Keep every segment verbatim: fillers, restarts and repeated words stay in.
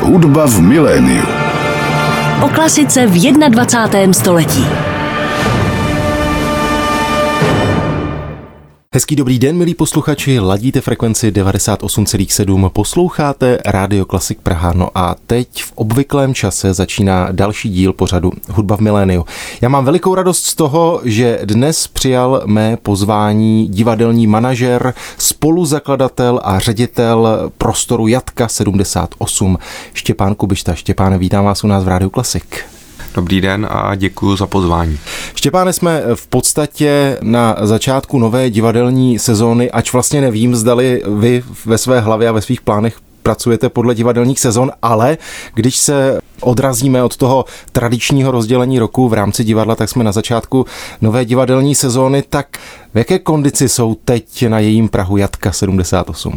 Hudba v miléniu. O klasice v dvacátém prvním století. Hezký dobrý den, milí posluchači, ladíte frekvenci devadesát osm celá sedm, posloucháte Rádio Klasik Praha, no a teď v obvyklém čase začíná další díl pořadu Hudba v miléniu. Já mám velikou radost z toho, že dnes přijal mé pozvání divadelní manažer, spoluzakladatel a ředitel prostoru Jatka sedmdesát osm, Štěpán Kubišta. Štěpáne, vítám vás u nás v Rádiu Klasik. Dobrý den a děkuji za pozvání. Štěpáne, jsme v podstatě na začátku nové divadelní sezóny, ač vlastně nevím, zdali vy ve své hlavě a ve svých plánech pracujete podle divadelních sezon, ale když se odrazíme od toho tradičního rozdělení roku v rámci divadla, tak jsme na začátku nové divadelní sezóny, tak v jaké kondici jsou teď na jejím prahu Jatka sedmdesát osm?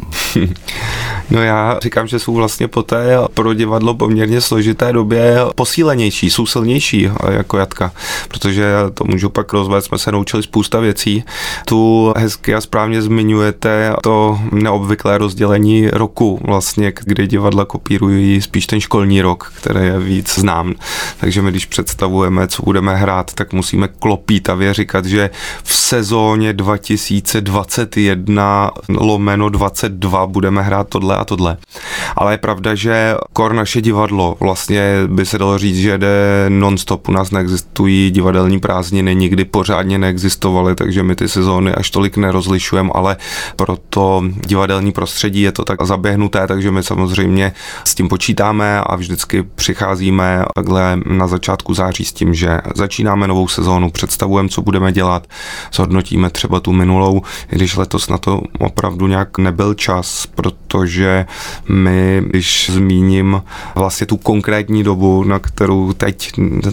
No já říkám, že jsou vlastně po té pro divadlo poměrně složité době posílenější, jsou silnější jako Jatka, protože to můžu pak rozvést, jsme se naučili spousta věcí. Tu hezky a správně zmiňujete to neobvyklé rozdělení roku vlastně, kdy divadla kopírují spíš ten školní rok, který je víc znám. Takže my, když představujeme, co budeme hrát, tak musíme klopítavě říkat, že v sezóně dva tisíce dvacet jedna lomeno dvacet dva budeme hrát tohle a tohle. Ale je pravda, že kor naše divadlo vlastně by se dalo říct, že jde non-stop. U nás neexistují divadelní prázdniny, nikdy pořádně neexistovaly, takže my ty sezóny až tolik nerozlišujeme, ale pro to divadelní prostředí je to tak zaběhnuté, takže my samozřejmě s tím počítáme a vždycky přicházíme takhle na začátku září s tím, že začínáme novou sezónu, představujeme, co budeme dělat, zhodnotíme třeba tu minulou, i když letos na to opravdu nějak nebyl čas, protože my, když zmíním vlastně tu konkrétní dobu, na kterou teď,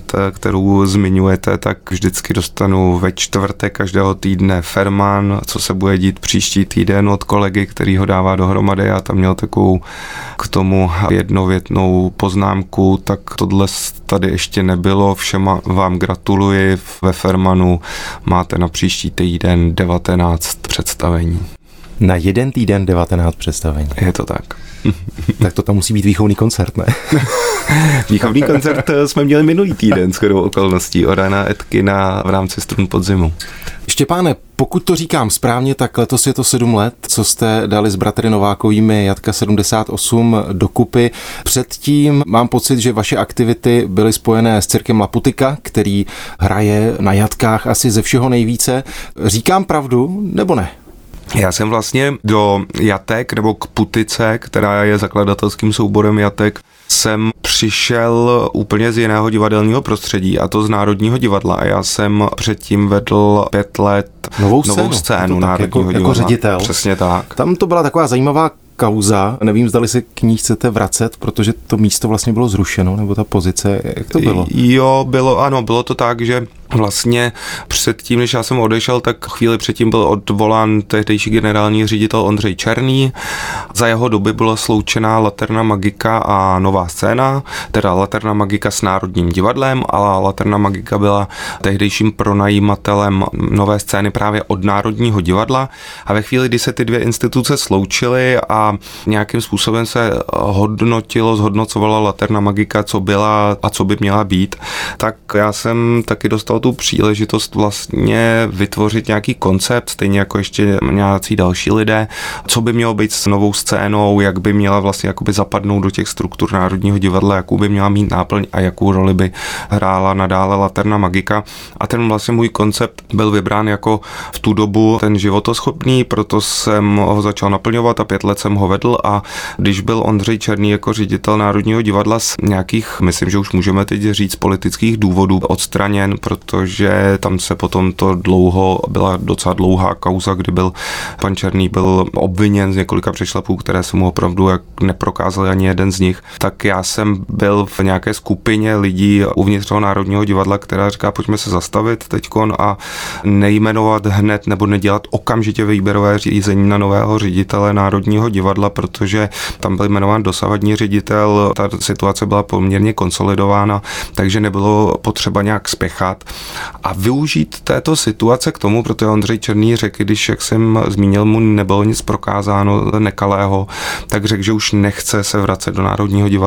kterou zmiňujete, tak vždycky dostanu ve čtvrtek každého týdne Ferman, co se bude dít příští týden od kolegy, který ho dává dohromady, a tam měl takovou k tomu jednovětnou poznámku, tak tohle tady ještě nebylo, všema vám gratuluji, ve Fermanu máte na příští týden devatenáct představení. Na jeden týden devatenáct představení. Je to tak. Tak to tam musí být výchovný koncert, ne? Výchovný koncert jsme měli minulý týden shodou okolností od Jana Edkina v rámci Strun podzimu. Štěpáne, pokud to říkám správně, tak letos je to sedm let, co jste dali s bratry Novákovými Jatka sedmdesát osm dokupy. Předtím mám pocit, že vaše aktivity byly spojené s cirkem Laputika, který hraje na jatkách asi ze všeho nejvíce. Říkám pravdu, nebo ne? Já jsem vlastně do Jatek, nebo k Putice, která je zakladatelským souborem Jatek, jsem přišel úplně z jiného divadelního prostředí, a to z Národního divadla. A já jsem předtím vedl pět let novou scénu, novou scénu Národního jako, divadla. Jako ředitel. Přesně tak. Tam to byla taková zajímavá kauza. Nevím, zdali se k ní chcete vracet, protože to místo vlastně bylo zrušeno, nebo ta pozice, jak to bylo? Jo, bylo, ano, bylo to tak, že vlastně předtím, než já jsem odešel, tak chvíli předtím byl odvolán tehdejší generální ředitel Ondřej Černý. Za jeho doby byla sloučená Laterna Magika a Nová scéna, teda Laterna Magika s Národním divadlem, a Laterna Magika byla tehdejším pronajímatelem Nové scény právě od Národního divadla. A ve chvíli, kdy se ty dvě instituce sloučily a nějakým způsobem se hodnotilo, zhodnocovala Laterna Magika, co byla a co by měla být, tak já jsem taky dostal tu příležitost vlastně vytvořit nějaký koncept, stejně jako ještě nějací další lidé, co by mělo být s Novou scénou, jak by měla vlastně jakoby zapadnout do těch struktur Národního divadla, jakou by měla mít náplň a jakou roli by hrála nadále Laterna Magika. A ten vlastně můj koncept byl vybrán jako v tu dobu ten životoschopný, proto jsem ho začal naplňovat a pět let jsem ho vedl, a když byl Ondřej Černý jako ředitel Národního divadla z nějakých, myslím, že už můžeme teď říct, politických důvodů odstraněn, protože tam se potom to dlouho, byla docela dlouhá kauza, kdy byl pan Černý byl obviněn z několika přešlapů, které se mu opravdu jak neprokázali ani jeden z nich, tak já jsem byl v nějaké skupině lidí uvnitř toho Národního divadla, která říká, pojďme se zastavit teďkon a nejmenovat hned nebo nedělat okamžitě výběrové řízení na nového ředitele Národního divadla, protože tam byl jmenován dosavadní ředitel, ta situace byla poměrně konsolidována, takže nebylo potřeba nějak spěchat a využít této situace k tomu, protože Ondřej Černý řekl, když, jak jsem zmínil, mu nebylo nic prokázáno nekalého, tak řekl, že už nechce se vracet do Národního divadla.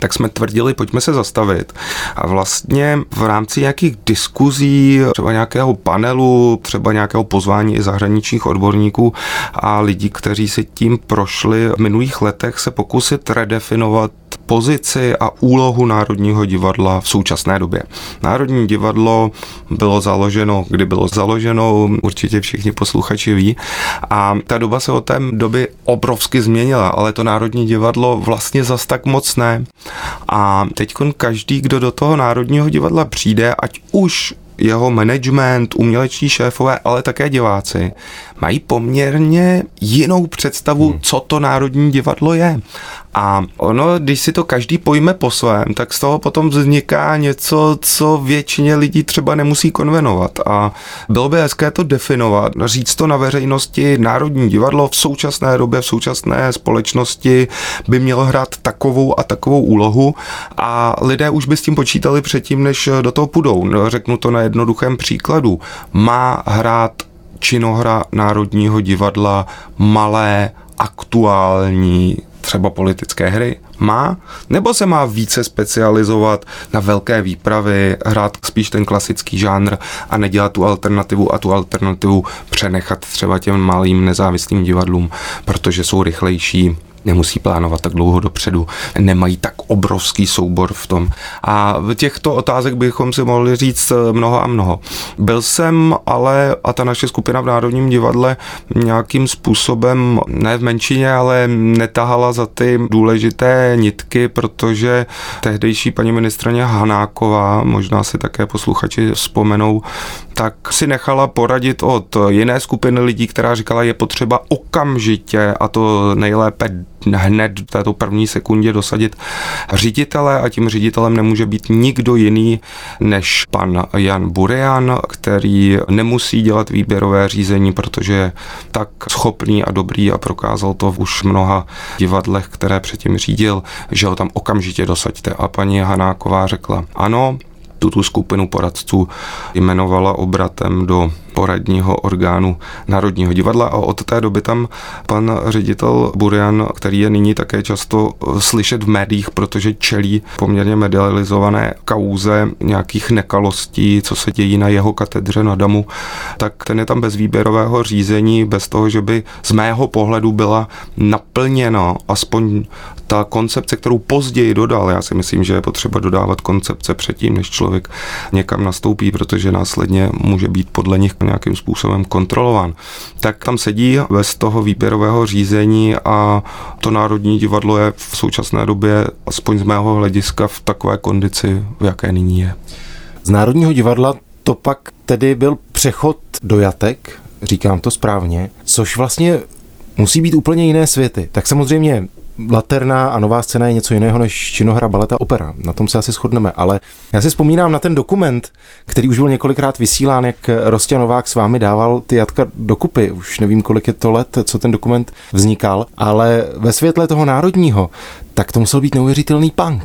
tak jsme tvrdili, pojďme se zastavit. A vlastně v rámci nějakých diskuzí, třeba nějakého panelu, třeba nějakého pozvání i zahraničních odborníků a lidí, kteří si tím prošli v minulých letech, se pokusit redefinovat pozici a úlohu Národního divadla v současné době. Národní divadlo bylo založeno, kdy bylo založeno, určitě všichni posluchači ví, a ta doba se od té doby obrovsky změnila, ale to Národní divadlo vlastně zas tak moc ne. A teď každý, kdo do toho Národního divadla přijde, ať už jeho management, uměleční šéfové, ale také diváci, mají poměrně jinou představu, hmm. co to Národní divadlo je. A ono, když si to každý pojme po svém, tak z toho potom vzniká něco, co většině lidí třeba nemusí konvenovat. A bylo by hezké to definovat, říct to na veřejnosti. Národní divadlo v současné době, v současné společnosti by mělo hrát takovou a takovou úlohu a lidé už by s tím počítali předtím, než do toho půjdou. No, řeknu to na jednoduchém příkladu. Má hrát činohra Národního divadla malé, aktuální, třeba politické hry? Má? Nebo se má více specializovat na velké výpravy, hrát spíš ten klasický žánr a nedělat tu alternativu a tu alternativu přenechat třeba těm malým nezávislým divadlům, protože jsou rychlejší, nemusí plánovat tak dlouho dopředu, nemají tak obrovský soubor v tom. A těchto otázek bychom si mohli říct mnoho a mnoho. Byl jsem ale, a ta naše skupina v Národním divadle nějakým způsobem, ne v menšině, ale netahala za ty důležité nitky, protože tehdejší paní ministryně Hanáková, možná si také posluchači vzpomenou, tak si nechala poradit od jiné skupiny lidí, která říkala, je potřeba okamžitě, a to nejlépe hned v této první sekundě dosadit ředitele, a tím ředitelem nemůže být nikdo jiný než pan Jan Burian, který nemusí dělat výběrové řízení, protože je tak schopný a dobrý a prokázal to v už mnoha divadlech, které předtím řídil, že ho tam okamžitě dosaďte. A paní Hanáková řekla ano, tuto skupinu poradců jmenovala obratem do poradního orgánu Národního divadla a od té doby tam pan ředitel Burian, který je nyní také často slyšet v médiích, protože čelí poměrně medializované kauze nějakých nekalostí, co se dějí na jeho katedře na Damu, tak ten je tam bez výběrového řízení, bez toho, že by z mého pohledu byla naplněna aspoň ta koncepce, kterou později dodal. Já si myslím, že je potřeba dodávat koncepce předtím, než člověk někam nastoupí, protože následně může být podle nich nějakým způsobem kontrolován. Tak tam sedí bez toho výběrového řízení a to Národní divadlo je v současné době, aspoň z mého hlediska, v takové kondici, v jaké nyní je. Z Národního divadla to pak tedy byl přechod do jatek, říkám to správně, což vlastně musí být úplně jiné světy. Tak samozřejmě Laterna a Nová scéna je něco jiného než činohra, balet a opera. Na tom se asi shodneme, ale já si vzpomínám na ten dokument, který už byl několikrát vysílán, jak Rostě Novák s vámi dával ty jatka dokupy. Už nevím, kolik je to let, co ten dokument vznikal, ale ve světle toho Národního, tak to musel být neuvěřitelný punk.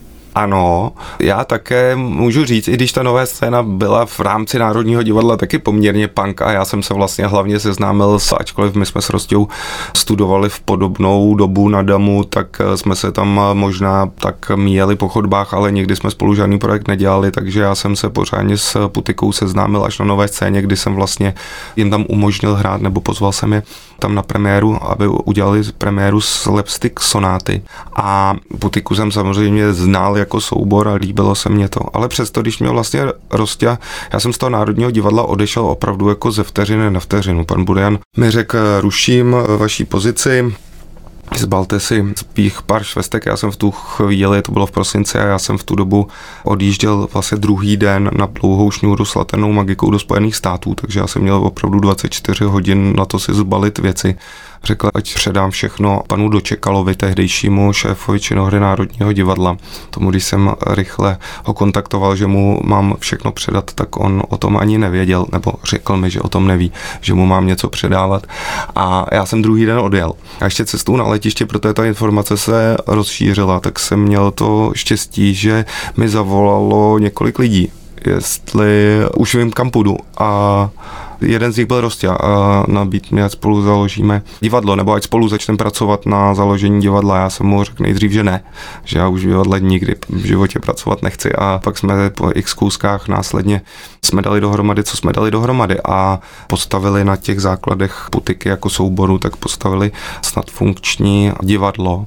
Ano, já také můžu říct, i když ta Nová scéna byla v rámci Národního divadla taky poměrně punk a já jsem se vlastně hlavně seznámil s, ačkoliv my jsme s Rostou studovali v podobnou dobu na Damu, tak jsme se tam možná tak míjeli po chodbách, ale nikdy jsme spolu žádný projekt nedělali, takže já jsem se pořádně s Putikou seznámil až na Nové scéně, kdy jsem vlastně jim tam umožnil hrát, nebo pozval jsem je tam na premiéru, aby udělali premiéru Slapstick sonáty. A Putiku jsem samozřejmě znal jako soubor a líbilo se mě to. Ale přesto, když mě vlastně Rostě, já jsem z toho Národního divadla odešel opravdu jako ze vteřiny na vteřinu. Pan Burian mi řekl, ruším vaší pozici, zbalte si spích pár švestek, já jsem v tu chvíli, to bylo v prosinci a já jsem v tu dobu odjížděl vlastně druhý den na dlouhou šňůru s Laternou magikou do Spojených států, takže já jsem měl opravdu dvacet čtyři hodin na to si zbalit věci. Řekl, ať předám všechno panu Dočekalovi, tehdejšímu šéfovi činohry Národního divadla. Tomu, když jsem rychle ho kontaktoval, že mu mám všechno předat, tak on o tom ani nevěděl, nebo řekl mi, že o tom neví, že mu mám něco předávat. A já jsem druhý den odjel. A ještě cestou na letiště, protože ta informace se rozšířila, tak jsem měl to štěstí, že mi zavolalo několik lidí, jestli už vím, kam půjdu. A jeden z nich byl Rostě a nabít mě, ať spolu založíme divadlo, nebo ať spolu začneme pracovat na založení divadla. Já jsem mu řekl nejdřív, že ne, že já už v divadle nikdy v životě pracovat nechci a pak jsme po x kouskách následně jsme dali dohromady, co jsme dali dohromady a postavili na těch základech Putiky jako souboru, tak postavili snad funkční divadlo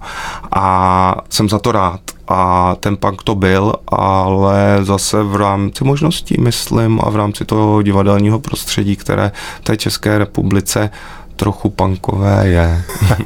a jsem za to rád. A ten punk to byl, ale zase v rámci možností, myslím, a v rámci toho divadelního prostředí, které v té České republice trochu punkové je.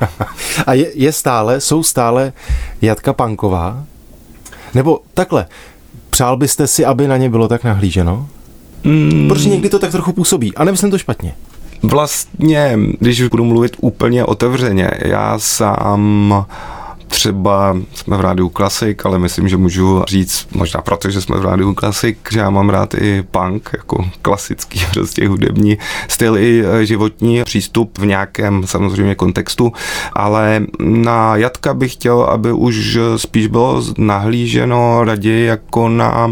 A je, je stále, jsou stále jatka punková? Nebo takhle, přál byste si, aby na ně bylo tak nahlíženo? Mm. Protože někdy to tak trochu působí, a nemyslím to špatně. Vlastně, když budu mluvit úplně otevřeně, já sám třeba jsme v Rádiu Klasik, ale myslím, že můžu říct, možná proto, že jsme v Rádiu Klasik, že já mám rád i punk, jako klasický prostě hudební styl i životní přístup v nějakém samozřejmě kontextu, ale na jatka bych chtěl, aby už spíš bylo nahlíženo raději jako na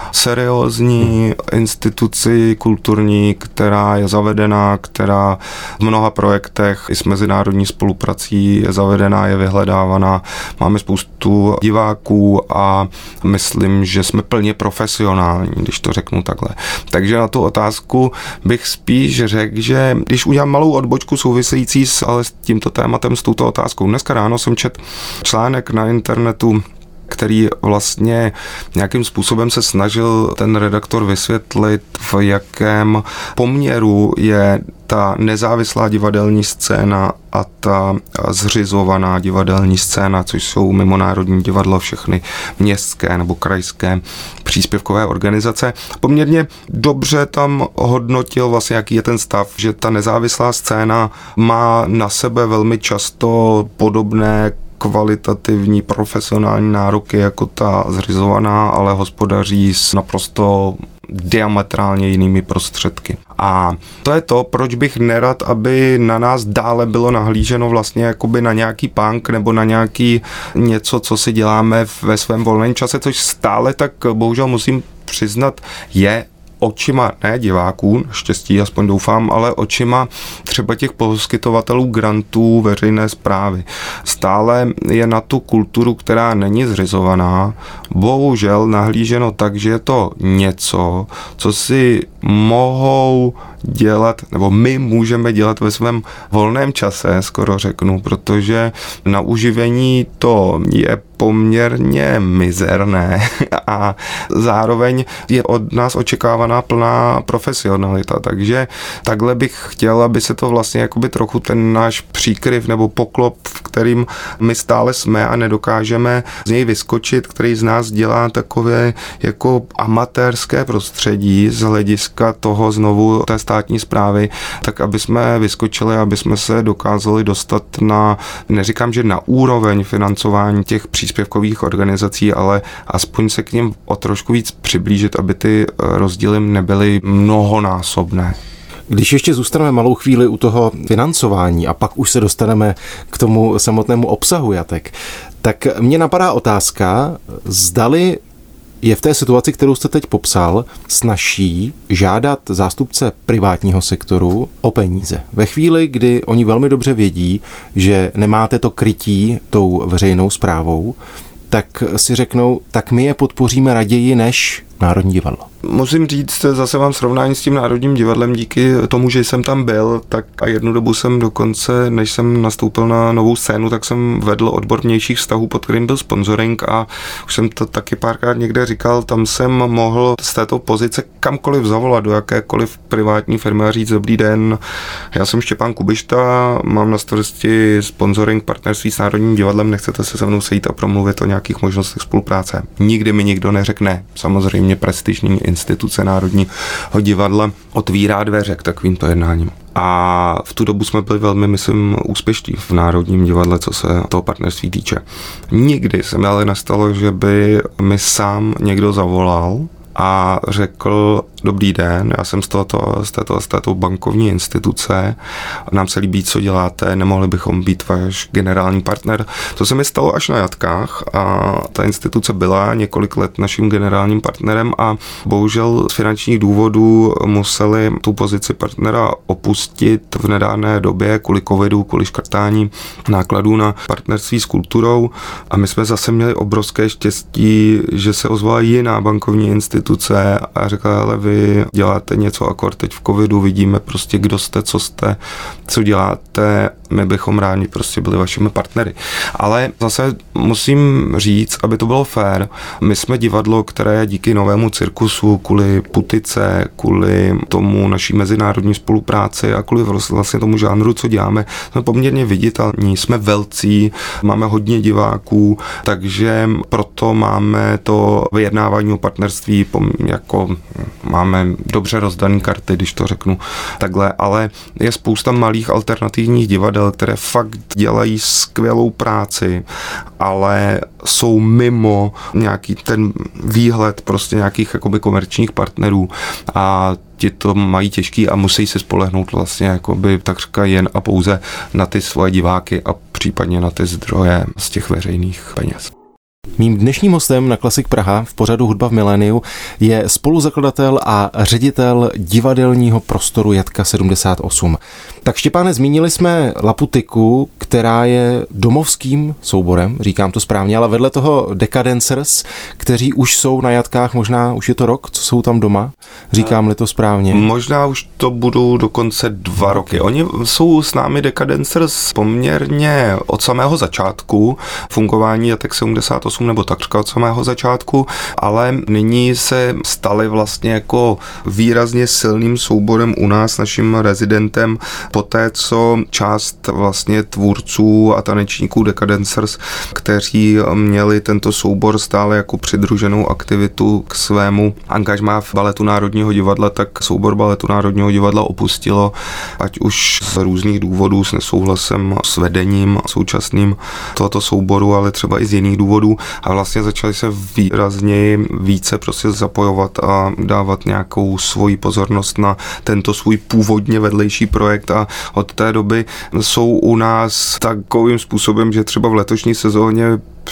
seriózní instituci kulturní, která je zavedená, která v mnoha projektech i s mezinárodní spoluprací je zavedená, je vyhledávaná. Máme spoustu diváků a myslím, že jsme plně profesionální, když to řeknu takhle. Takže na tu otázku bych spíš řekl, že když udělám malou odbočku související s, ale s tímto tématem, s touto otázkou. Dneska ráno jsem četl článek na internetu, který vlastně nějakým způsobem se snažil ten redaktor vysvětlit, v jakém poměru je ta nezávislá divadelní scéna a ta zřizovaná divadelní scéna, což jsou mimonárodní divadlo, všechny městské nebo krajské příspěvkové organizace. Poměrně dobře tam hodnotil vlastně, jaký je ten stav, že ta nezávislá scéna má na sebe velmi často podobné kvalitativní profesionální nároky jako ta zřizovaná, ale hospodaří s naprosto diametrálně jinými prostředky. A to je to, proč bych nerad, aby na nás dále bylo nahlíženo vlastně jakoby na nějaký punk nebo na nějaký něco, co si děláme ve svém volném čase, což stále tak bohužel musím přiznat je očima ne diváků, štěstí aspoň doufám, ale očima třeba těch poskytovatelů grantů veřejné správy. Stále je na tu kulturu, která není zřizovaná, bohužel nahlíženo tak, že je to něco, co si mohou dělat, nebo my můžeme dělat ve svém volném čase, skoro řeknu, protože na uživení to je poměrně mizerné a zároveň je od nás očekávaná plná profesionalita, takže takhle bych chtěl, aby se to vlastně jakoby trochu ten náš příkryv nebo poklop, v kterým my stále jsme a nedokážeme z něj vyskočit, který z nás dělá takové jako amatérské prostředí z hlediska toho znovu té státní správy, tak aby jsme vyskočili, aby jsme se dokázali dostat na, neříkám, že na úroveň financování těch příspěvkových organizací, ale aspoň se k nim o trošku víc přiblížit, aby ty rozdíly nebyly mnohonásobné. Když ještě zůstaneme malou chvíli u toho financování a pak už se dostaneme k tomu samotnému obsahu jatek, tak mě napadá otázka, zdali je v té situaci, kterou jste teď popsal, snazší žádat zástupce privátního sektoru o peníze. Ve chvíli, kdy oni velmi dobře vědí, že nemáte to krytí tou veřejnou správou, tak si řeknou, tak my je podpoříme raději než Národní divadlo. Musím říct, zase mám srovnání s tím Národním divadlem díky tomu, že jsem tam byl, tak a jednu dobu jsem dokonce, než jsem nastoupil na novou scénu, tak jsem vedl odbor vnějších vztahů, pod kterým byl sponsoring a už jsem to taky párkrát někde říkal, tam jsem mohl z této pozice kamkoliv zavolat do jakékoliv privátní firmy a říct dobrý den, já jsem Štěpán Kubišta, mám na starosti sponsoring partnerství s Národním divadlem, nechcete se se mnou sejít a promluvit o nějakých možnostech spolupráce. Nikdy mi nikdo neřekne, samozřejmě prestižní instituce Národního divadla otvírá dveře k takovýmto jednáním. A v tu dobu jsme byli velmi, myslím, úspěšní v Národním divadle, co se toho partnerství týče. Nikdy se mi ale nestalo, že by mi sám někdo zavolal a řekl: dobrý den, já jsem z, tohoto, z, této, z této bankovní instituce, nám se líbí, co děláte, nemohli bychom být váš generální partner. To se mi stalo až na jatkách a ta instituce byla několik let naším generálním partnerem a bohužel z finančních důvodů museli tu pozici partnera opustit v nedávné době kvůli covidu, kvůli škrtání nákladů na partnerství s kulturou a my jsme zase měli obrovské štěstí, že se ozvala jiná bankovní instituce a řekla: ale vy děláte něco akor teď v covidu, vidíme prostě, kdo jste, co jste, co děláte, my bychom rádi prostě byli vašimi partnery. Ale zase musím říct, aby to bylo fér, my jsme divadlo, které díky novému cirkusu, kvůli Putice, kvůli tomu naší mezinárodní spolupráci a kvůli vlastně tomu žánru, co děláme, jsme poměrně viditelní, jsme velcí, máme hodně diváků, takže proto máme to vyjednávání o partnerství jako máme dobře rozdané karty, když to řeknu takhle, ale je spousta malých alternativních divadel, které fakt dělají skvělou práci, ale jsou mimo nějaký ten výhled prostě nějakých jakoby komerčních partnerů a ti to mají těžký a musí se spolehnout vlastně jakoby takřka jen a pouze na ty svoje diváky a případně na ty zdroje z těch veřejných peněz. Mým dnešním hostem na Klasik Praha v pořadu Hudba v miléniu je spoluzakladatel a ředitel divadelního prostoru Jatka sedmdesát osm. Tak Štěpáne, zmínili jsme Laputiku, která je domovským souborem, říkám to správně, ale vedle toho Decadencers, kteří už jsou na Jatkách, možná už je to rok, co jsou tam doma, říkám-li to správně. Možná už to budou dokonce dva roky. Oni jsou s námi Decadencers poměrně od samého začátku fungování Jatek sedmdesát osm, nebo takřka od samého začátku, ale nyní se stali vlastně jako výrazně silným souborem u nás, naším rezidentem, poté co část vlastně tvůrců a tanečníků Decadencers, kteří měli tento soubor stále jako přidruženou aktivitu k svému angažmá v Baletu Národního divadla, tak soubor Baletu Národního divadla opustilo, ať už z různých důvodů, s nesouhlasem s vedením současným tohoto souboru, ale třeba i z jiných důvodů a vlastně začali se výrazněji více prostě zapojovat a dávat nějakou svoji pozornost na tento svůj původně vedlejší projekt a od té doby jsou u nás takovým způsobem, že třeba v letošní sezóně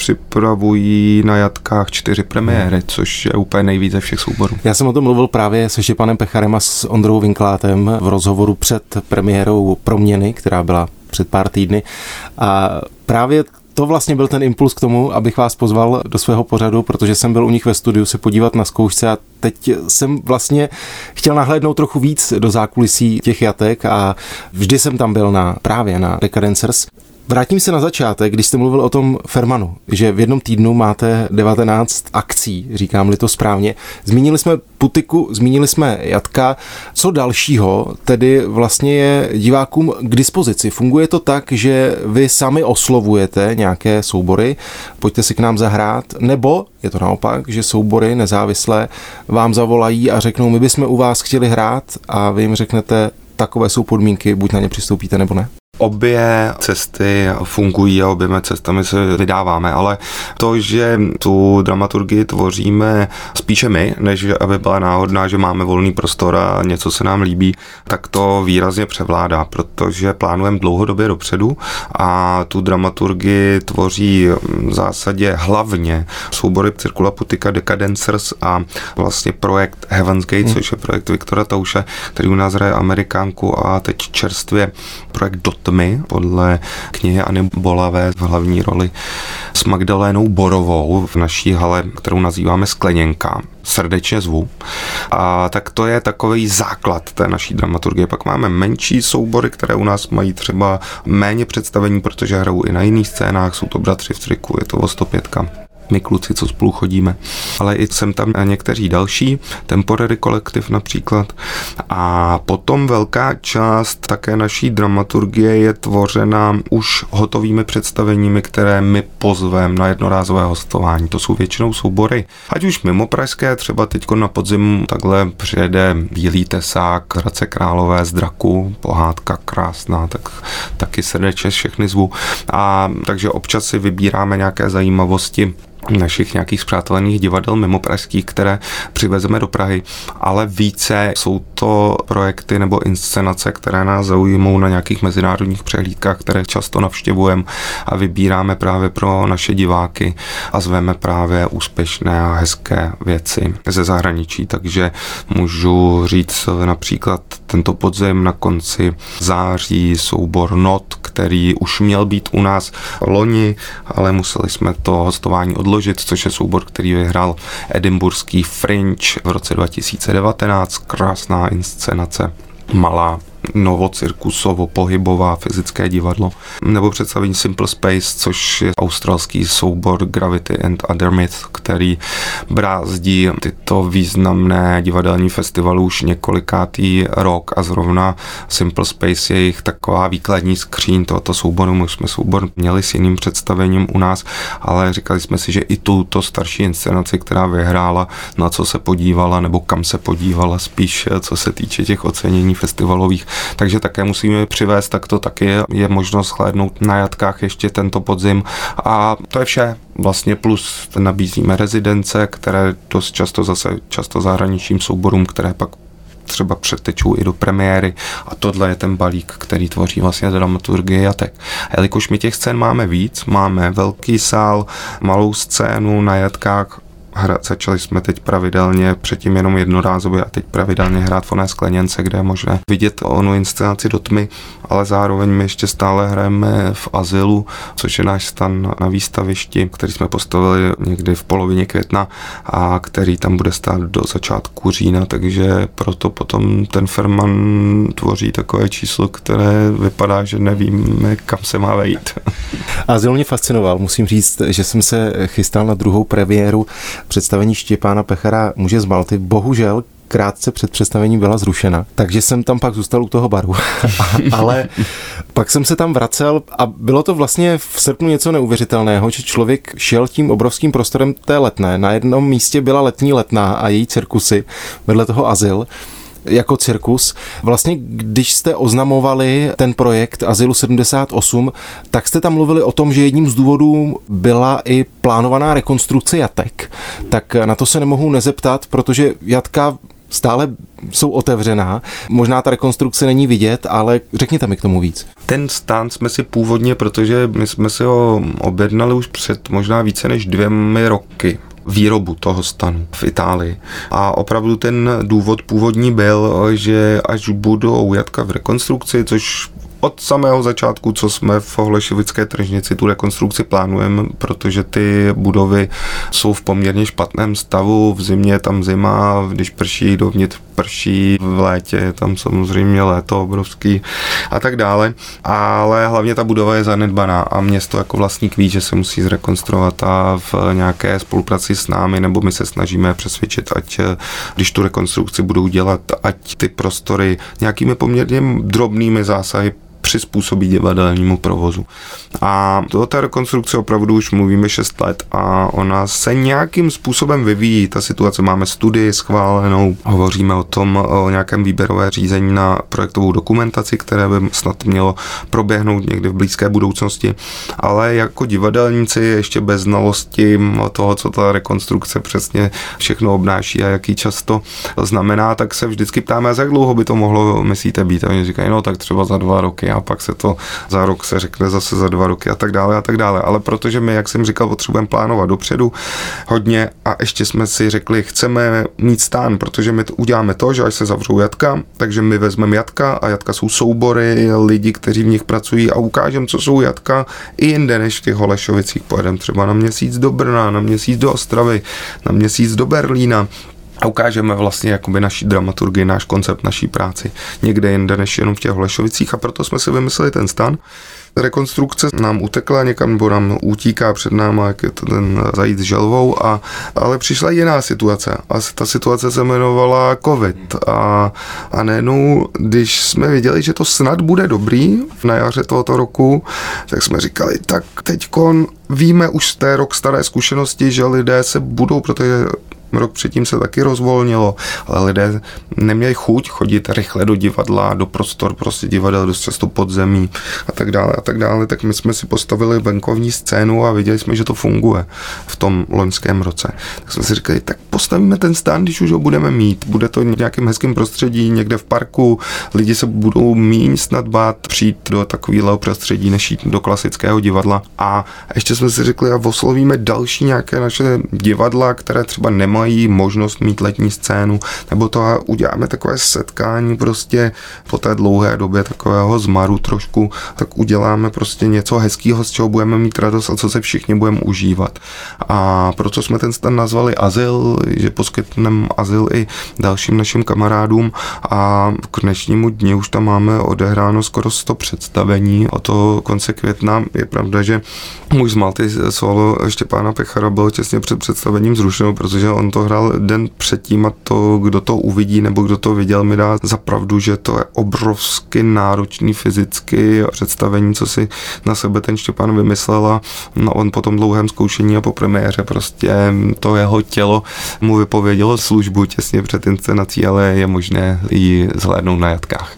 připravují na Jatkách čtyři premiéry, což je úplně nejvíc ze všech souborů. Já jsem o tom mluvil právě se Štěpánem Pecharem a s Ondrou Vinklátem v rozhovoru před premiérou Proměny, která byla před pár týdny a právě to vlastně byl ten impuls k tomu, abych vás pozval do svého pořadu, protože jsem byl u nich ve studiu se podívat na zkoušce a teď jsem vlastně chtěl nahlédnout trochu víc do zákulisí těch jatek a vždy jsem tam byl na právě na Decadencers. Vrátím se na začátek, když jste mluvil o tom Fermanu, že v jednom týdnu máte devatenáct akcí, říkám-li to správně. Zmínili jsme Putiku, zmínili jsme Jatka. Co dalšího tedy vlastně je divákům k dispozici? Funguje to tak, že vy sami oslovujete nějaké soubory, pojďte si k nám zahrát, nebo je to naopak, že soubory nezávislé vám zavolají a řeknou, my bychom u vás chtěli hrát a vy jim řeknete, takové jsou podmínky, buď na ně přistoupíte, nebo ne? Obě cesty fungují a oběma cestami se vydáváme, ale to, že tu dramaturgii tvoříme spíše my, než aby byla náhodná, že máme volný prostor a něco se nám líbí, tak to výrazně převládá, protože plánujeme dlouhodobě dopředu a tu dramaturgii tvoří v zásadě hlavně soubory Cirkula Putika, Decadencers a vlastně projekt Heaven's Gate, hmm. což je projekt Viktora Tauše, který u nás hraje Amerikánku a teď čerstvě projekt Dot My, podle knihy Anny Bolavé v hlavní roli s Magdalénou Borovou v naší hale, kterou nazýváme Skleněnka. Srdečně zvu. A tak to je takový základ té naší dramaturgie. Pak máme menší soubory, které u nás mají třeba méně představení, protože hrajou i na jiných scénách, jsou to Bratři v triku, je to o sto pět. My kluci, co spolu chodíme, ale i jsem tam někteří další, Temporary kolektiv například. A potom velká část také naší dramaturgie je tvořena už hotovými představeními, které my pozveme na jednorázové hostování. To jsou většinou soubory, ať už mimo pražské, třeba teďko na podzim takhle přijede Bílý tesák, Hradce Králové z Draku, pohádka krásná, tak taky srdečně všechny zvu. A takže občas si vybíráme nějaké zajímavosti našich nějakých spřátelených divadel mimo pražských, které přivezeme do Prahy, ale více jsou to projekty nebo inscenace, které nás zaujmou na nějakých mezinárodních přehlídkách, které často navštěvujeme a vybíráme právě pro naše diváky a zveme právě úspěšné a hezké věci ze zahraničí. Takže můžu říct například tento podzim na konci září soubor Not, který už měl být u nás loni, ale museli jsme to hostování odložit, což je soubor, který vyhrál edinburský Fringe v roce dva tisíce devatenáct. Krásná inscenace, malá, novocirkusovo-pohybová fyzické divadlo. Nebo představení Simple Space, což je australský soubor Gravity and Other Myths, který brázdí tyto významné divadelní festivaly už několikátý rok a zrovna Simple Space je jich taková výkladní skříň tohoto souboru. My jsme soubor měli s jiným představením u nás, ale říkali jsme si, že i tuto starší inscenaci, která vyhrála, na co se podívala nebo kam se podívala spíš, co se týče těch ocenění festivalových, takže také musíme přivést, tak to taky je, je možnost hlédnout na jatkách ještě tento podzim a to je vše. Vlastně plus nabízíme rezidence, které dost často zase často zahraničním souborům, které pak třeba přetečou i do premiéry a tohle je ten balík, který tvoří vlastně dramaturgii jatek. A jelikož my těch scén máme víc, máme velký sál, malou scénu na jatkách, Hra, začali jsme teď pravidelně, předtím jenom jednorázově a teď pravidelně hrát v oné Skleněnce, kde je možné vidět onu inscenaci do tmy, ale zároveň my ještě stále hrajeme v Azylu, což je náš stan na výstavišti, který jsme postavili někdy v polovině května a který tam bude stát do začátku října, takže proto potom ten Ferman tvoří takové číslo, které vypadá, že nevíme, kam se má vejít. Azyl mě fascinoval, musím říct, že jsem se chystal na druhou premiéru představení Štěpána Pechara Muže z Malty. Bohužel krátce před představením byla zrušena, takže jsem tam pak zůstal u toho baru. Ale pak jsem se tam vracel a bylo to vlastně v srpnu něco neuvěřitelného, že člověk šel tím obrovským prostorem té Letné. Na jednom místě byla letní Letná a její cirkusy, vedle toho Azyl jako cirkus. Vlastně, když jste oznamovali ten projekt Azylu sedmdesát osm, tak jste tam mluvili o tom, že jedním z důvodů byla i plánovaná rekonstrukce jatek. Tak na to se nemohu nezeptat, protože jatka stále jsou otevřená. Možná ta rekonstrukce není vidět, ale řekněte mi k tomu víc. Ten stan jsme si původně, protože my jsme si ho objednali už před možná více než dvěmi roky, výrobu toho stanu v Itálii. A opravdu ten důvod původní byl, že až budou jatka v rekonstrukci, což od samého začátku, co jsme v Holešovické tržnici tu rekonstrukci plánujeme, protože ty budovy jsou v poměrně špatném stavu, v zimě je tam zima, když prší, dovnitř prší, v létě je tam samozřejmě léto obrovský a tak dále, ale hlavně ta budova je zanedbaná a město jako vlastník ví, že se musí zrekonstruovat a v nějaké spolupráci s námi, nebo my se snažíme přesvědčit, ať když tu rekonstrukci budou dělat, ať ty prostory nějakými poměrně drobnými zásahy přizpůsobí divadelnímu provozu. A do té rekonstrukce opravdu už mluvíme šest let a ona se nějakým způsobem vyvíjí. Ta situace, máme studii schválenou, hovoříme o tom, o nějakém výběrové řízení na projektovou dokumentaci, které by snad mělo proběhnout někdy v blízké budoucnosti, ale jako divadelníci ještě bez znalosti toho, co ta rekonstrukce přesně všechno obnáší a jaký čas to znamená, tak se vždycky ptáme, jak dlouho by to mohlo, myslíte, být. A oni říkají, no tak třeba za dva roky a pak se to za rok se řekne zase za dva roky a tak dále a tak dále. Ale protože my, jak jsem říkal, potřebujeme plánovat dopředu hodně a ještě jsme si řekli, chceme mít stán, protože my to uděláme to, že až se zavřou jatka, takže my vezmeme jatka a jatka jsou soubory, lidi, kteří v nich pracují a ukážeme, co jsou jatka i jinde než v těch Holešovicích. Pojedeme třeba na měsíc do Brna, na měsíc do Ostravy, na měsíc do Berlína. A ukážeme vlastně jakoby naší dramaturgii, náš koncept, naší práci někde jinde než jenom v těch Holešovicích a proto jsme si vymysleli ten stan. Rekonstrukce nám utekla někam, nebo nám utíká před náma, jak je to ten zajít s želvou, a, ale přišla jiná situace a ta situace se jmenovala covid a, a nejenom, když jsme viděli, že to snad bude dobrý na jaře tohoto roku, tak jsme říkali, tak teďkon víme už z té rok staré zkušenosti, že lidé se budou, protože Rok předtím se taky rozvolnilo, ale lidé neměli chuť chodit rychle do divadla, do prostor prostě divadel, dost často podzemí a tak dále a tak dále, tak my jsme si postavili venkovní scénu a viděli jsme, že to funguje v tom loňském roce. Tak jsme si říkali, tak postavíme ten stan, když už ho budeme mít. Bude to v nějakém hezkém prostředí, někde v parku, lidi se budou míň snad bát přijít do takového prostředí, než jít do klasického divadla. A ještě jsme si řekli, a oslovíme další nějaké naše divadla, které třeba nemají možnost mít letní scénu, nebo to a uděláme takové setkání prostě po té dlouhé době takového zmaru trošku, tak uděláme prostě něco hezkého, z čeho budeme mít radost a co se všichni budeme užívat. A proto jsme ten stan nazvali Azyl, že poskytneme azyl i dalším našim kamarádům a k dnešnímu dni už tam máme odehráno skoro sto představení od toho konce května. Je pravda, že můj z Malty solo Štěpána Pechara bylo těsně před představením zrušeno, protože on to hrál den předtím a to, kdo to uvidí nebo kdo to viděl, mi dá za pravdu, že to je obrovsky náročný fyzicky představení, co si na sebe ten Štěpán vymyslel a no, on po tom dlouhém zkoušení a po premiéře prostě to jeho tělo mu vypovědělo službu těsně před inscenací, ale je možné ji zhlédnout na jatkách.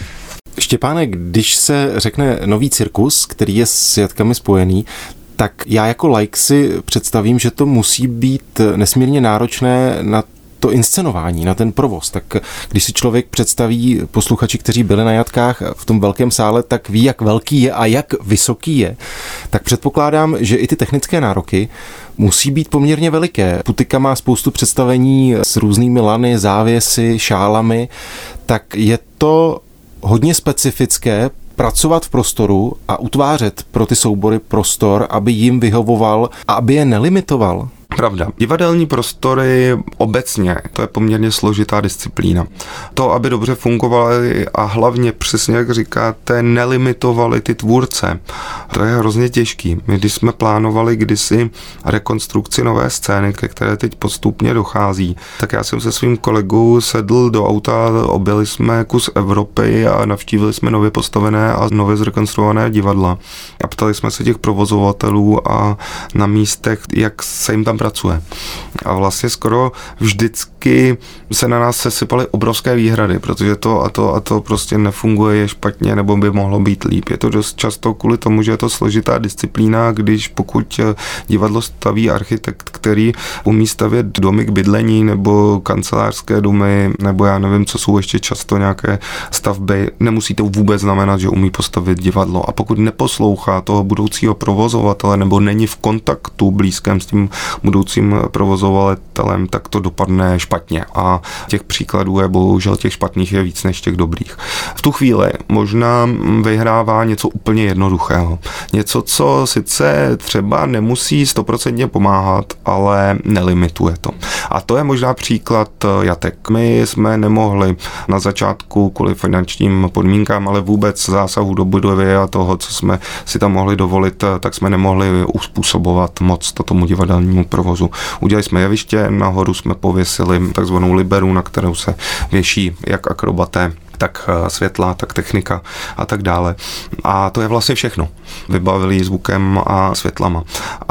Štěpáne, když se řekne nový cirkus, který je s jatkami spojený, tak já jako laik si představím, že to musí být nesmírně náročné na to inscenování, na ten provoz. Tak když si člověk představí posluchači, kteří byli na jatkách v tom velkém sále, tak ví, jak velký je a jak vysoký je. Tak předpokládám, že i ty technické nároky musí být poměrně veliké. Putika má spoustu představení s různými lany, závěsy, šálami, tak je to hodně specifické pracovat v prostoru a utvářet pro ty soubory prostor, aby jim vyhovoval a aby je nelimitoval. Pravda. Divadelní prostory obecně, to je poměrně složitá disciplína. To, aby dobře fungovaly a hlavně přesně, jak říkáte, nelimitovali ty tvůrce, to je hrozně těžký. My, když jsme plánovali kdysi rekonstrukci nové scény, ke které teď postupně dochází, tak já jsem se svým kolegou sedl do auta, objeli jsme kus Evropy a navštívili jsme nově postavené a nově zrekonstruované divadla. A ptali jsme se těch provozovatelů a na místech, jak se jim tam pracuje. A vlastně skoro vždycky se na nás sesypaly obrovské výhrady, protože to a to a to prostě nefunguje, je špatně, nebo by mohlo být líp. Je to dost často kvůli tomu, že je to složitá disciplína, když pokud divadlo staví architekt, který umí stavět domy k bydlení nebo kancelářské domy, nebo já nevím, co jsou ještě často nějaké stavby, nemusí to vůbec znamenat, že umí postavit divadlo. A pokud neposlouchá toho budoucího provozovatele nebo není v kontaktu blízkém s tím budoucím provozovatelem, tak to dopadne špatně. A těch příkladů je bohužel těch špatných je víc než těch dobrých. V tu chvíli možná vyhrává něco úplně jednoduchého. Něco, co sice třeba nemusí stoprocentně pomáhat, ale nelimituje to. A to je možná příklad jatek. My jsme nemohli na začátku kvůli finančním podmínkám, ale vůbec zásahu do budovy a toho, co jsme si tam mohli dovolit, tak jsme nemohli uspůsobovat moc to tomu divadelnímu provozu. Udělali jsme jeviště, nahoru jsme pověsili takzvanou liberu, na kterou se věší jak akrobaté, tak světla, tak technika a tak dále. A to je vlastně všechno. Vybavili zvukem a světlama.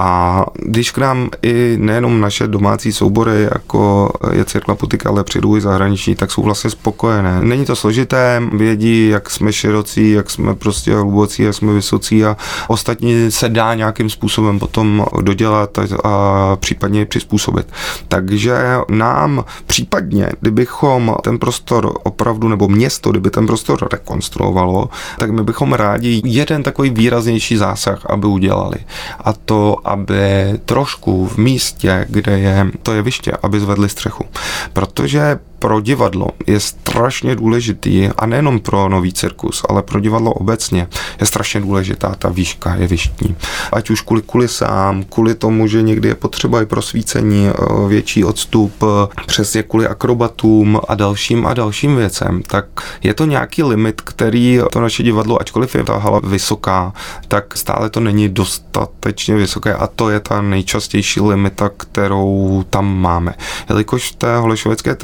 A když k nám i nejenom naše domácí soubory, jako je Cirkla Putika, ale přijdou i zahraniční, tak jsou vlastně spokojené. Není to složité, vědí, jak jsme širocí, jak jsme prostě hlubocí, jak jsme vysocí a ostatní se dá nějakým způsobem potom dodělat a, a případně přizpůsobit. Takže nám případně, kdybychom ten prostor opravdu, nebo město, kdyby ten prostor rekonstruovalo, tak my bychom rádi jeden takový výraznější zásah, aby udělali. A to, aby trošku v místě, kde je to jeviště, aby zvedli střechu. Protože pro divadlo je strašně důležitý, a nejenom pro nový cirkus, ale pro divadlo obecně je strašně důležitá ta výška jevištní. Ať už kvůli kulisám, kvůli tomu, že někdy je potřeba i prosvícení, větší odstup, přesně kvůli akrobatům a dalším a dalším věcem, tak je to nějaký limit, který to naše divadlo, ačkoliv je ta hala vysoká, tak stále to není dostatečně vysoké a to je ta nejčastější limita, kterou tam máme. Jelikož v té holešovické tržnici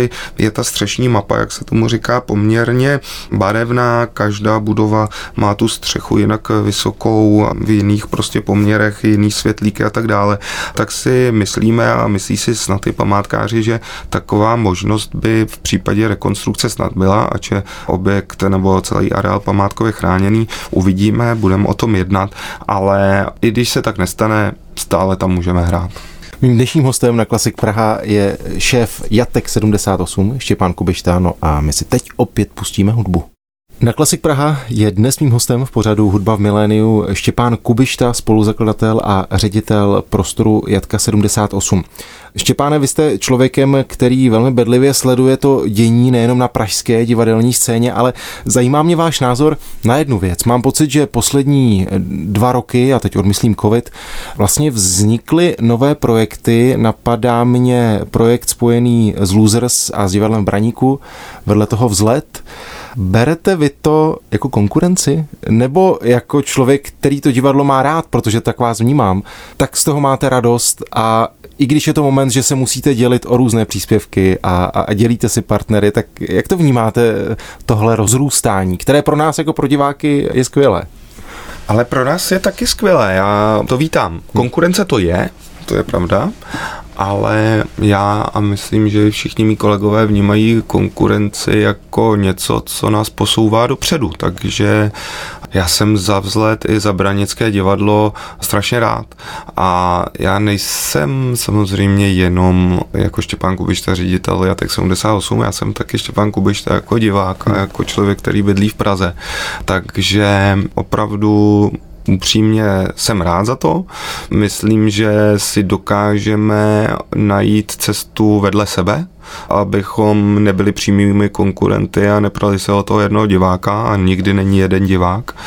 budovy je ta střešní mapa, jak se tomu říká, poměrně barevná, každá budova má tu střechu jinak vysokou, v jiných prostě poměrech, jiný světlíky a tak dále, tak si myslíme a myslí si snad i památkáři, že taková možnost by v případě rekonstrukce snad byla, ač je objekt nebo celý areál památkově chráněný, uvidíme, budeme o tom jednat, ale i když se tak nestane, stále tam můžeme hrát. Mým dnešním hostem na Klasik Praha je šéf Jatek sedmdesát osm, Štěpán Kubišta, no a my si teď opět pustíme hudbu. Na Klasik Praha je dnes mým hostem v pořadu Hudba v miléniu Štěpán Kubišta, spoluzakladatel a ředitel prostoru Jatka sedmdesát osm. Štěpáne, vy jste člověkem, který velmi bedlivě sleduje to dění nejenom na pražské divadelní scéně, ale zajímá mě váš názor na jednu věc. Mám pocit, že poslední dva roky, a teď odmyslím covid, vlastně vznikly nové projekty. Napadá mě projekt spojený s Losers a s divadlem v Braníku, vedle toho Vzlet. Berete vy to jako konkurenci? Nebo jako člověk, který to divadlo má rád, protože tak vás vnímám, tak z toho máte radost a i když je to moment, že se musíte dělit o různé příspěvky a, a dělíte si partnery, tak jak to vnímáte, tohle rozrůstání, které pro nás jako pro diváky je skvělé? Ale pro nás je taky skvělé, já to vítám. Konkurence to je, to je pravda, ale já a myslím, že všichni mý kolegové vnímají konkurenci jako něco, co nás posouvá dopředu, takže já jsem za Vzlet i za Branické divadlo strašně rád a já nejsem samozřejmě jenom jako Štěpán Kubišta, ředitel Jatek sedmdesát osm, já jsem taky Štěpán Kubišta jako divák a jako člověk, který bydlí v Praze, takže opravdu upřímně jsem rád za to. Myslím, že si dokážeme najít cestu vedle sebe, abychom nebyli přímými konkurenty a neprali se o toho jednoho diváka a nikdy není jeden divák.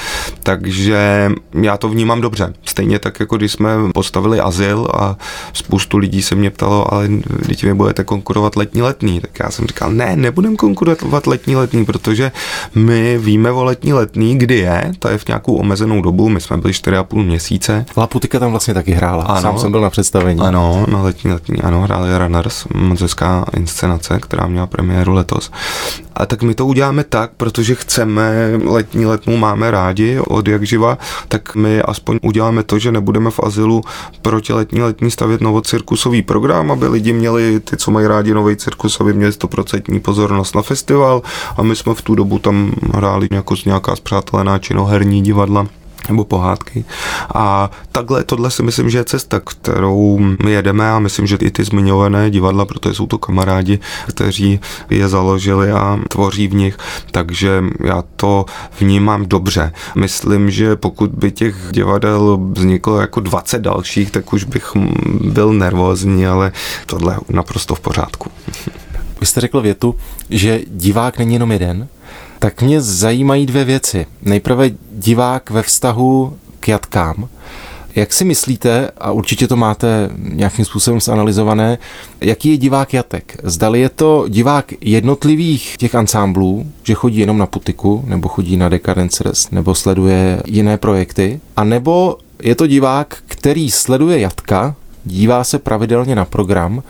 Takže já to vnímám dobře. Stejně tak, jako když jsme postavili azyl a spoustu lidí se mě ptalo, ale když vy budete konkurovat letní letný, tak já jsem říkal, ne, nebudem konkurovat letní letný, protože my víme o letní letný, kdy je, to je v nějakou omezenou dobu, my jsme byli čtyři a půl měsíce. Laputika tam vlastně taky hrála, ano, sám jsem byl na představení. Ano, na letní letní, ano, hráli Runners, moc hezká inscenace, která měla premiéru letos. A tak my to uděláme tak, protože chceme, letní letnou máme rádi od jak živa, tak my aspoň uděláme to, že nebudeme v azylu proti letní letní stavět novocirkusový program, aby lidi měli, ty, co mají rádi nový cirkus, aby měli stoprocentní pozornost na festival a my jsme v tu dobu tam hráli jako nějaká zpřátelená činoherní divadla nebo pohádky. A takhle, tohle si myslím, že je cesta, kterou my jedeme a myslím, že i ty zmiňované divadla, protože jsou to kamarádi, kteří je založili a tvoří v nich, takže já to vnímám dobře. Myslím, že pokud by těch divadel vzniklo jako dvacet dalších, tak už bych byl nervózní, ale tohle je naprosto v pořádku. Vy jste řekl větu, že divák není jenom jeden, tak mě zajímají dvě věci. Nejprve divák ve vztahu k jatkám. Jak si myslíte, a určitě to máte nějakým způsobem zanalyzované, jaký je divák jatek? Zdali je to divák jednotlivých těch ansámblů, že chodí jenom na Putiku, nebo chodí na Decadencers, nebo sleduje jiné projekty, a nebo je to divák, který sleduje jatka, dívá se pravidelně na program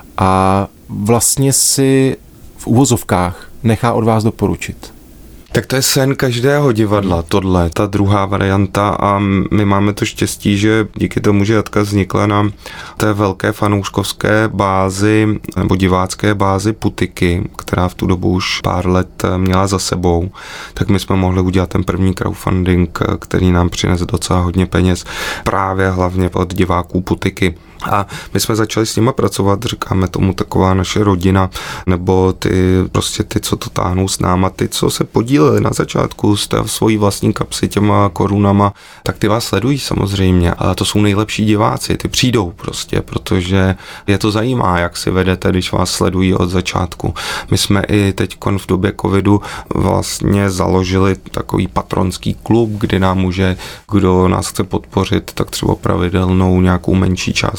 a vlastně si v uvozovkách nechá od vás doporučit? Tak to je sen každého divadla, tohle, ta druhá varianta a my máme to štěstí, že díky tomu, že Jatka vznikla na té velké fanouškovské bázi nebo divácké bázi Putiky, která v tu dobu už pár let měla za sebou, tak my jsme mohli udělat ten první crowdfunding, který nám přinese docela hodně peněz, právě hlavně od diváků Putiky. A my jsme začali s nima pracovat, říkáme tomu taková naše rodina, nebo ty prostě ty, co to táhnou s náma, ty, co se podíleli na začátku z té svojí vlastní kapsy těma korunama, tak ty vás sledují samozřejmě, ale to jsou nejlepší diváci, ty přijdou prostě, protože je to zajímá, jak si vedete, když vás sledují od začátku. My jsme i teď v době covidu vlastně založili takový patronský klub, kdy nám může, kdo nás chce podpořit, tak třeba pravidelnou nějakou menší část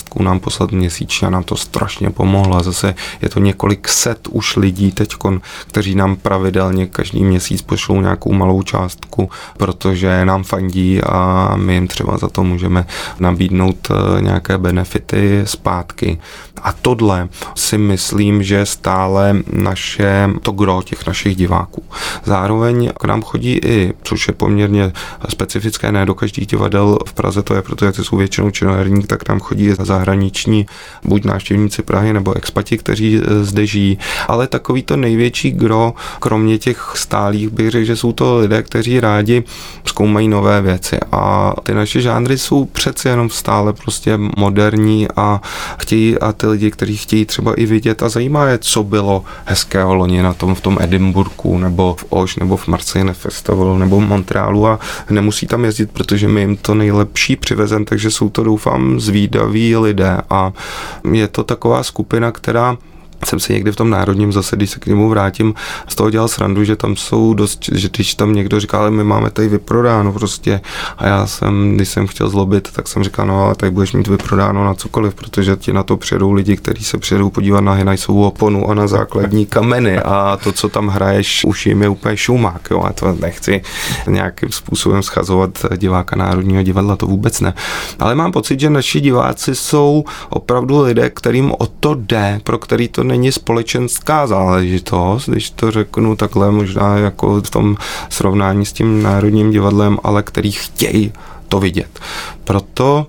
částku nám poslat měsíčně a nám to strašně pomohlo. A zase je to několik set už lidí teďkon, kteří nám pravidelně každý měsíc pošlou nějakou malou částku, protože nám fandí a my jim třeba za to můžeme nabídnout nějaké benefity zpátky. A tohle si myslím, že stále naše, to gro těch našich diváků. Zároveň k nám chodí i, což je poměrně specifické, ne do každých divadel v Praze to je, protože ty jsou většinou činoherní, tak nám chodí zahraniční buď návštěvníci Prahy nebo expati, kteří zde žijí, ale takový to největší gro, kromě těch stálých, bych řekl, že jsou to lidé, kteří rádi zkoumají nové věci a ty naše žánry jsou přece jenom stále prostě moderní a chtějí a ty lidi, kteří chtějí třeba i vidět a zajímá je, co bylo hezkého loni na tom v tom Edinburghu nebo v Oš nebo v Marseille Festivalu nebo v Montrealu a nemusí tam jezdit, protože my jim to nejlepší přivezem, takže jsou to doufám zvídaví lidé a je to taková skupina, která jsem si někdy v tom Národním zase, když se k němu vrátím, z toho dělal srandu, že tam jsou dost, že když tam někdo říká, ale my máme tady vyprodáno prostě a já jsem, když jsem chtěl zlobit, tak jsem říkal, no ale tady budeš mít vyprodáno na cokoliv, protože ti na to přijedou lidi, kteří se přijedou podívat na Hynajsovu oponu a na základní kameny a to, co tam hraješ, už jim je úplně šumák, jo, a to nechci nějakým způsobem schazovat diváka Národního divadla, to vůbec ne. Ale mám pocit, že naši diváci jsou opravdu lidé, kterým o to jde, pro který to není společenská záležitost, když to řeknu takhle možná jako v tom srovnání s tím Národním divadlem, ale který chtějí to vidět. Proto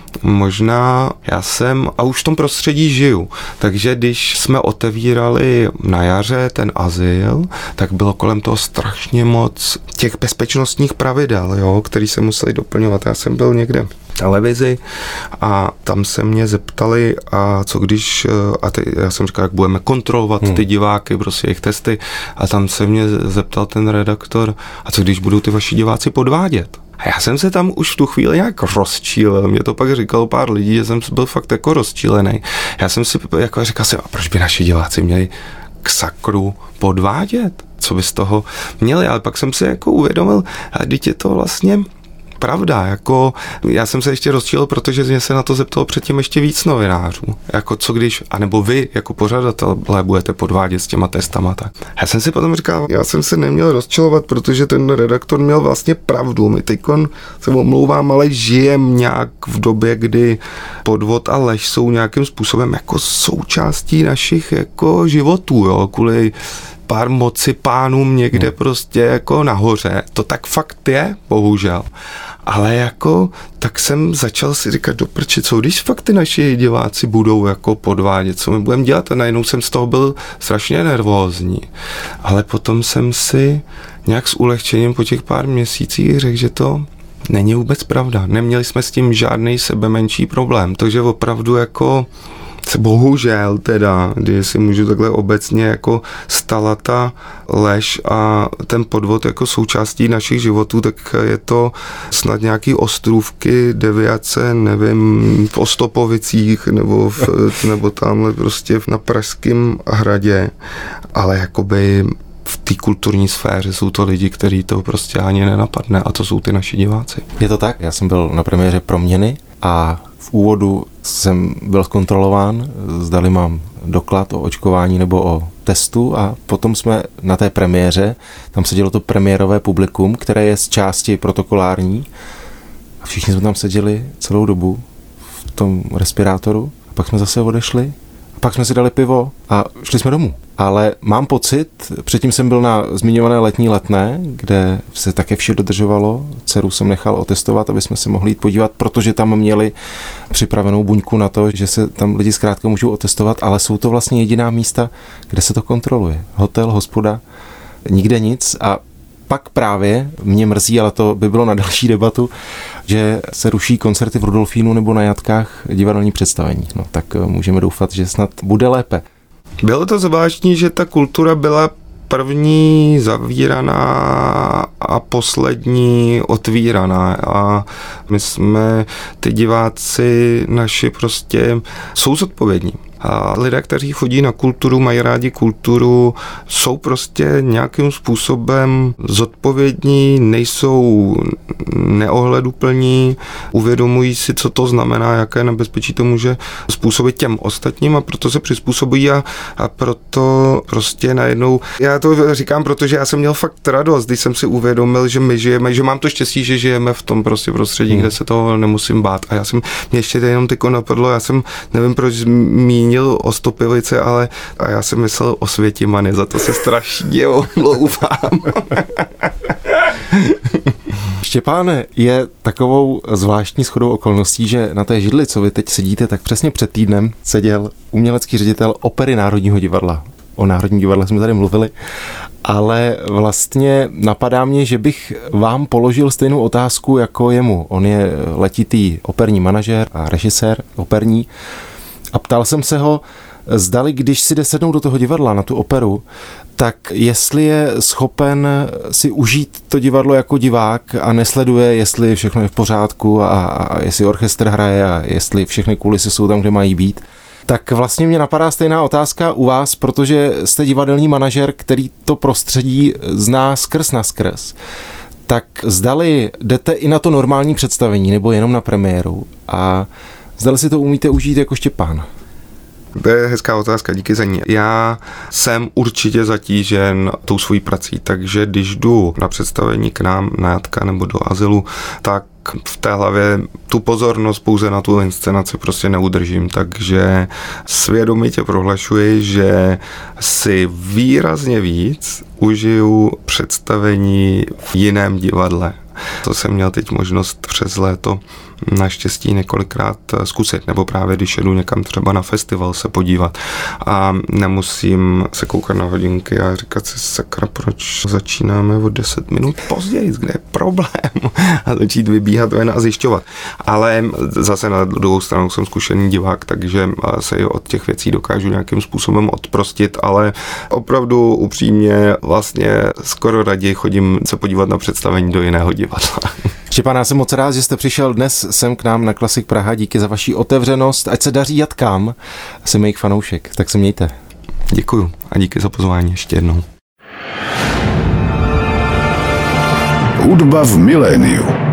možná já jsem, a už v tom prostředí žiju, takže když jsme otevírali na jaře ten azyl, tak bylo kolem toho strašně moc těch bezpečnostních pravidel, jo, který se museli doplňovat. Já jsem byl někde v televizi a tam se mě zeptali, a co když, a ty, já jsem říkal, jak budeme kontrolovat hmm. ty diváky, prostě jejich testy, a tam se mě zeptal ten redaktor, a co když budou ty vaši diváci podvádět? A já jsem se tam už v tu chvíli nějak rozčílil. Mě to pak říkalo pár lidí, že jsem byl fakt jako rozčílený. Já jsem si jako říkal si, a proč by naši diváci měli k sakru podvádět? Co by z toho měli? Ale pak jsem si jako uvědomil, a teď je to vlastně pravda, jako já jsem se ještě rozčílil, protože mě se na to zeptalo předtím ještě víc novinářů. Jako co když, anebo vy jako pořadatelé budete podvádět s těma testama, tak. Já jsem si potom říkal, já jsem se neměl rozčilovat, protože ten redaktor měl vlastně pravdu. My teďkon se omlouvám, ale žijem nějak v době, kdy podvod a lež jsou nějakým způsobem jako součástí našich jako životů, jo, kvůli pár moci pánům někde hmm. prostě jako nahoře. To tak fakt je, bohužel. Ale jako, tak jsem začal si říkat, do prči, co když fakt ty naši diváci budou jako podvádět, co my budeme dělat? A najednou jsem z toho byl strašně nervózní. Ale potom jsem si nějak s ulehčením po těch pár měsících řekl, že to není vůbec pravda. Neměli jsme s tím žádný sebemenší problém. Takže opravdu jako bohužel teda, když si můžu takhle obecně jako stala ta lež a ten podvod jako součástí našich životů, tak je to snad nějaký ostrůvky, deviace, nevím, v Ostopovicích nebo, v, nebo tamhle prostě na Pražském hradě, ale jakoby v té kulturní sféře jsou to lidi, kteří to prostě ani nenapadne a to jsou ty naši diváci. Je to tak? Já jsem byl na premiéře Proměny a v úvodu jsem byl zkontrolován, zdali mám doklad o očkování nebo o testu a potom jsme na té premiéře, tam sedělo to premiérové publikum, které je z části protokolární a všichni jsme tam seděli celou dobu v tom respirátoru a pak jsme zase odešli a pak jsme si dali pivo a šli jsme domů. Ale mám pocit, předtím jsem byl na zmiňované letní Letné, kde se také vše dodržovalo. Dceru jsem nechal otestovat, aby jsme se mohli jít podívat, protože tam měli připravenou buňku na to, že se tam lidi zkrátka můžou otestovat, ale jsou to vlastně jediná místa, kde se to kontroluje. Hotel, hospoda, nikde nic a pak právě mě mrzí, ale to by bylo na další debatu, že se ruší koncerty v Rudolfínu nebo na Jatkách divadelní představení. No tak můžeme doufat, že snad bude lépe. Bylo to zvláštní, že ta kultura byla první zavíraná a poslední otvíraná a my jsme, ty diváci naši prostě jsou zodpovědní. A lidé, kteří chodí na kulturu, mají rádi kulturu, jsou prostě nějakým způsobem zodpovědní, nejsou neohleduplní, uvědomují si, co to znamená, jaké nebezpečí to může způsobit těm ostatním a proto se přizpůsobují a, a proto prostě najednou, já to říkám, protože já jsem měl fakt radost, když jsem si uvědomil, že my žijeme, že mám to štěstí, že žijeme v tom prostě prostředí, hmm. kde se toho nemusím bát. A já jsem, mě ještě jenom tyko napadlo, já jsem, nevím, proč zmínil o Stopilice, ale a já jsem myslel o Světimany, za to se strašně omlouvám. Štěpáne, je takovou zvláštní shodou okolností, že na té židli, co vy teď sedíte, tak přesně před týdnem seděl umělecký ředitel Opery Národního divadla. O Národním divadle jsme tady mluvili, ale vlastně napadá mě, že bych vám položil stejnou otázku jako jemu. On je letitý operní manažer a režisér operní a ptal jsem se ho, zdali, když si jde sednout do toho divadla na tu operu, tak jestli je schopen si užít to divadlo jako divák a nesleduje, jestli všechno je v pořádku a, a jestli orchestr hraje a jestli všechny kulisy jsou tam, kde mají být. Tak vlastně mě napadá stejná otázka u vás, protože jste divadelní manažer, který to prostředí zná skrz na skrz. Tak zdali jdete i na to normální představení nebo jenom na premiéru a zdali si to umíte užít jako Štěpán? To je hezká otázka, díky za ní. Já jsem určitě zatížen tou svojí prací, takže když jdu na představení k nám na Jatka nebo do Azylu, tak v té hlavě tu pozornost pouze na tu inscenaci prostě neudržím, takže svědomitě prohlašuji, že si výrazně víc užiju představení v jiném divadle. To jsem měl teď možnost přes léto naštěstí několikrát zkusit, nebo právě když jedu někam třeba na festival se podívat a nemusím se koukat na hodinky a říkat si sakra, proč začínáme o deset minut později, kde je problém a začít vybíhat ven a zjišťovat. Ale zase na druhou stranu jsem zkušený divák, takže se od těch věcí dokážu nějakým způsobem odprostit, ale opravdu upřímně vlastně skoro raději chodím se podívat na představení do jiného divadla. Štěpán, já jsem moc rád, že jste přišel dnes sem k nám na Klasik Praha. Díky za vaši otevřenost. Ať se daří Jatkám. Jsem jejich fanoušek, tak se mějte. Děkuju a díky za pozvání ještě jednou. Hudba v miléniu.